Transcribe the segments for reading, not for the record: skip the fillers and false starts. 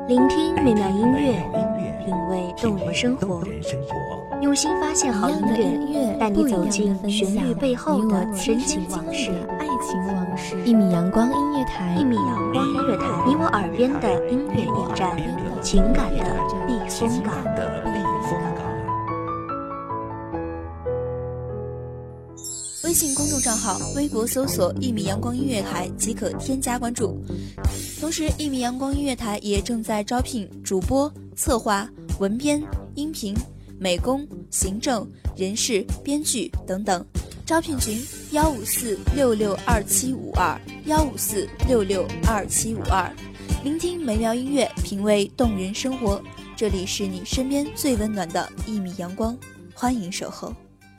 聆听美妙音乐，品味动人生活，用心发现好音乐，带你走进旋律背后的深情往事。 爱情往事。一米阳光音乐台， 一米阳光音乐台，你我耳边的音乐驿站，情感的避风港。 微信公众账号、微博搜索“一米阳光音乐台”即可添加关注。同时，一米阳光音乐台也正在招聘主播、策划、文编、音频、美工、行政、人事、编剧等等。招聘群154662752，154662752。聆听美妙音乐，品味动人生活。这里是你身边最温暖的一米阳光，欢迎守候。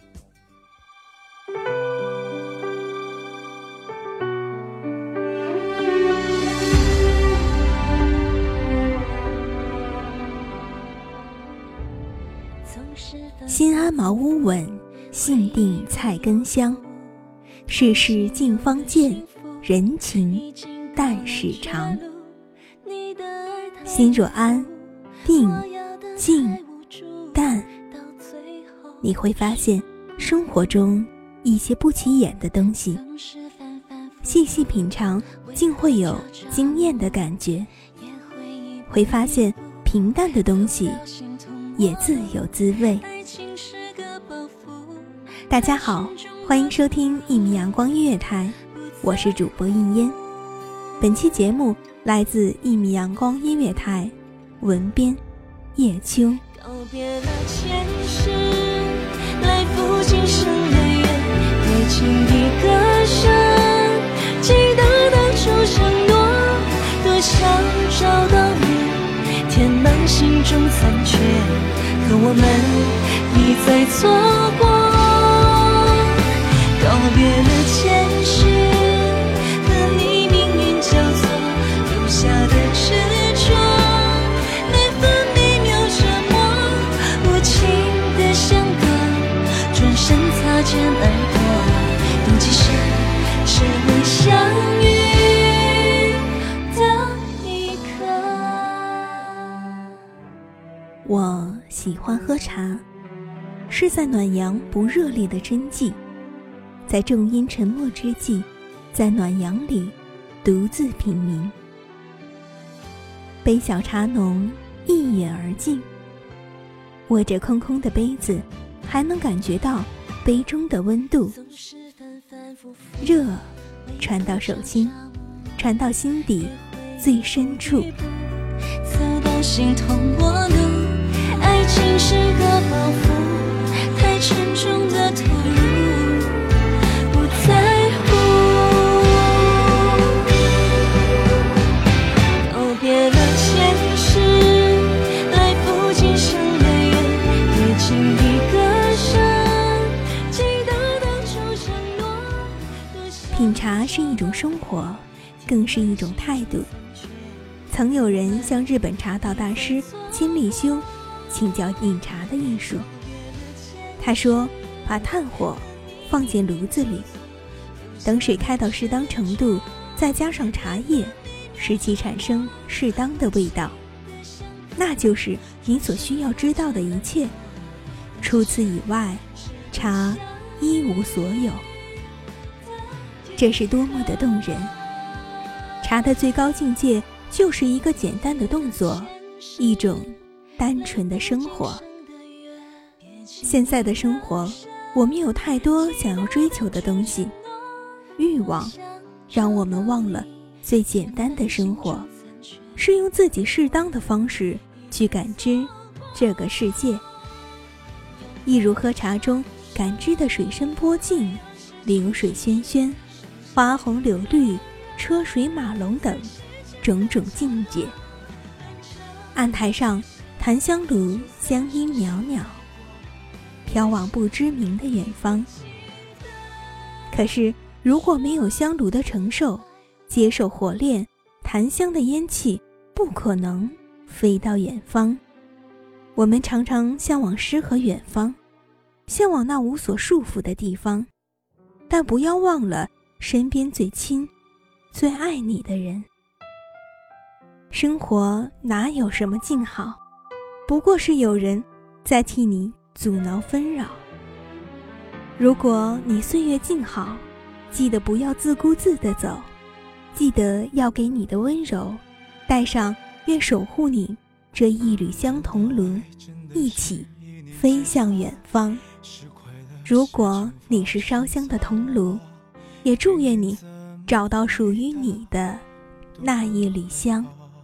心安茅屋稳，性定菜根香。世事尽方见，人情淡始长。心若安，定，静，淡，你会发现生活中一些不起眼的东西，细细品尝，竟会有惊艳的感觉。会发现平淡的东西也自有滋味。大家好，欢迎收听一米阳光音乐台，我是主播应烟。本期节目来自一米阳光音乐台，文编叶秋。 告别了前世，来赴今生的约，也轻易歌声，记得当初承诺，多想找到你，填满心中残缺，可我们一再错过。告别了前世，和你命运交错，留下的执着，那份美妙折磨，无情的相隔，转身擦肩而过，懂几时只能相遇的一刻。 我喜欢喝茶，是在暖阳不热烈的真寂，在正阴沉默之际，在暖阳里独自品茗。杯小茶浓，一饮而尽。握着空空的杯子，还能感觉到杯中的温度，热传到手心，传到心底最深处。 走到心痛我怒，爱情是个包袱，太沉重的投入，不在乎。告别了前世，来赴今生的约，也轻易歌声，记得当初承诺。 品茶是一种生活，更是一种态度。曾有人向日本茶道大师金立修请教饮茶的艺术。他说，把炭火放进炉子里，等水开到适当程度，再加上茶叶，使其产生适当的味道，那就是你所需要知道的一切。除此以外，茶一无所有。这是多么的动人！茶的最高境界就是一个简单的动作，一种单纯的生活。现在的生活，我们有太多想要追求的东西，欲望让我们忘了最简单的生活，是用自己适当的方式去感知这个世界。一如喝茶中感知的水深波静，流水喧喧，花红柳绿，车水马龙等种种境界。案台上檀香炉香音袅袅，飘往不知名的远方。可是如果没有香炉的承受，接受火炼，檀香的烟气不可能飞到远方。我们常常向往诗和远方，向往那无所束缚的地方，但不要忘了身边最亲最爱你的人。 生活哪有什么静好，不过是有人在替你阻挠纷扰。如果你岁月静好，记得不要自顾自地走，记得要给你的温柔带上愿守护你这一缕香桐轮，一起飞向远方。如果你是烧香的桐炉，也祝愿你找到属于你的那一缕香。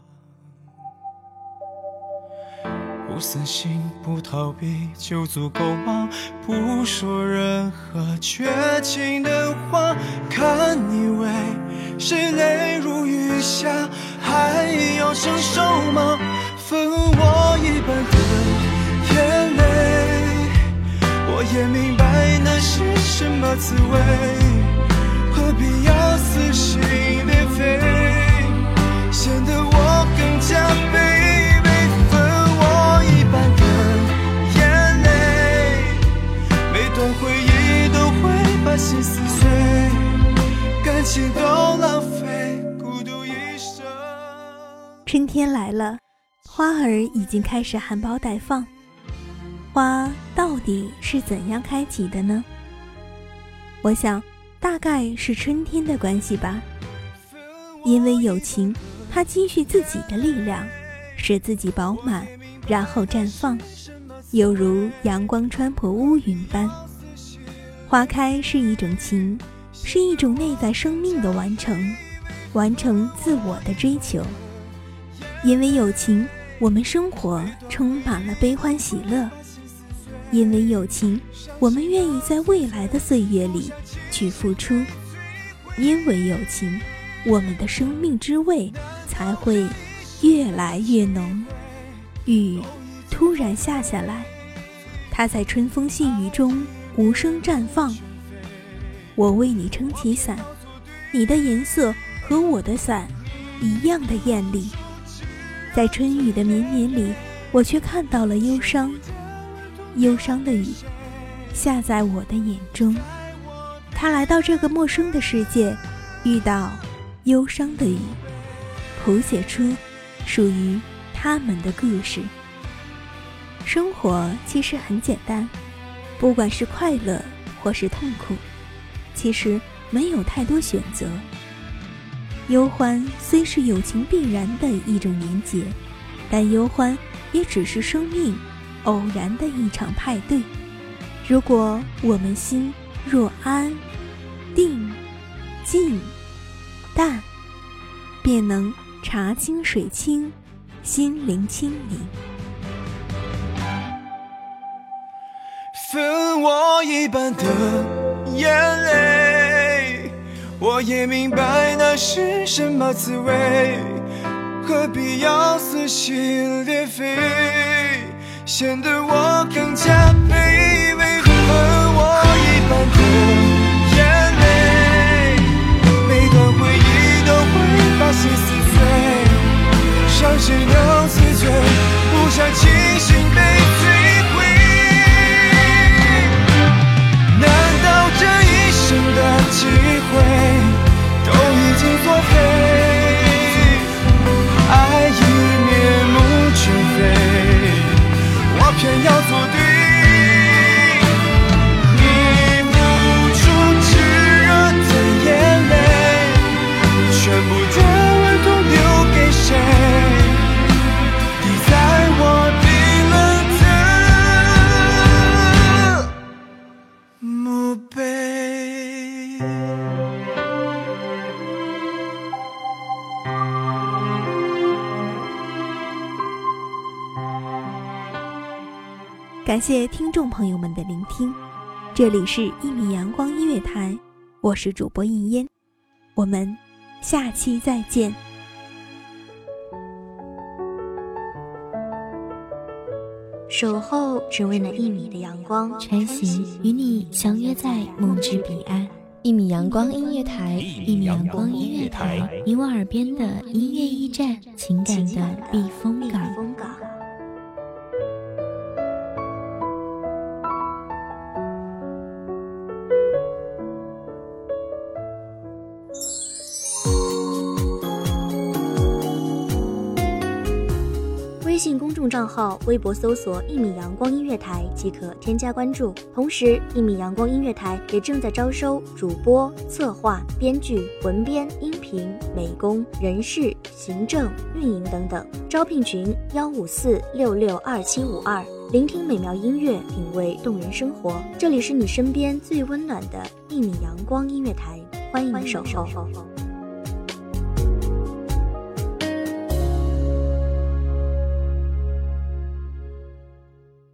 不死心不逃避就足够吗？不说任何绝情的话，看你为谁泪如雨下，还要承受吗？分我一半的眼泪，我也明白那是什么滋味，何必要撕心裂肺，显得我更加卑微。分我一半的眼泪，每段回忆都会把心撕碎，感情都浪费，孤独一生。 春天来了，花儿已经开始含苞待放。花到底是怎样开启的呢？我想大概是春天的关系吧。因为友情，它积蓄自己的力量，使自己饱满，然后绽放，犹如阳光穿破乌云般。花开是一种情，是一种内在生命的完成，完成自我的追求。因为友情，我们生活充满了悲欢喜乐。因为友情，我们愿意在未来的岁月里去付出。因为友情，我们的生命之味才会越来越浓。雨突然下下来，它在春风细雨中无声绽放。我为你撑起伞，你的颜色和我的伞一样的艳丽。在春雨的绵绵里，我却看到了忧伤。忧伤的雨下在我的眼中，他来到这个陌生的世界，遇到忧伤的雨，谱写出属于他们的故事。生活其实很简单，不管是快乐或是痛苦，其实没有太多选择。忧欢虽是友情必然的一种连结，但忧欢也只是生命偶然的一场派对。如果我们心若安、定、静、淡，便能茶清水清，心灵清明。 分我一半的眼泪，我也明白那是什么滋味，何必要撕心裂肺，显得我更加卑微。分我一半的眼泪，每段回忆都会把心撕碎，伤谁能自罪，不想清醒被摧毁。难道这一生的机会都已经作废，爱已面目全非，我偏要做对。你付出炽热的眼泪，全部的温度留给谁？滴在我冰冷的墓碑。 感谢听众朋友们的聆听，这里是1米阳光音乐台，我是主播应烟，我们下期再见。 守候只为那1米的阳光， 穿行与你相约在梦之彼岸。1米阳光音乐台，1米阳光音乐台，你我耳边的音乐驿站，情感的避风港。 微信公众账号、微博搜索“1米阳光音乐台”即可添加关注。同时，1米阳光音乐台也正在招收主播、策划、编剧、文编、音频、美工、人事、行政、运营等等。招聘群154662752。聆听美妙音乐，品味动人生活。这里是你身边最温暖的1米阳光音乐台，欢迎守候。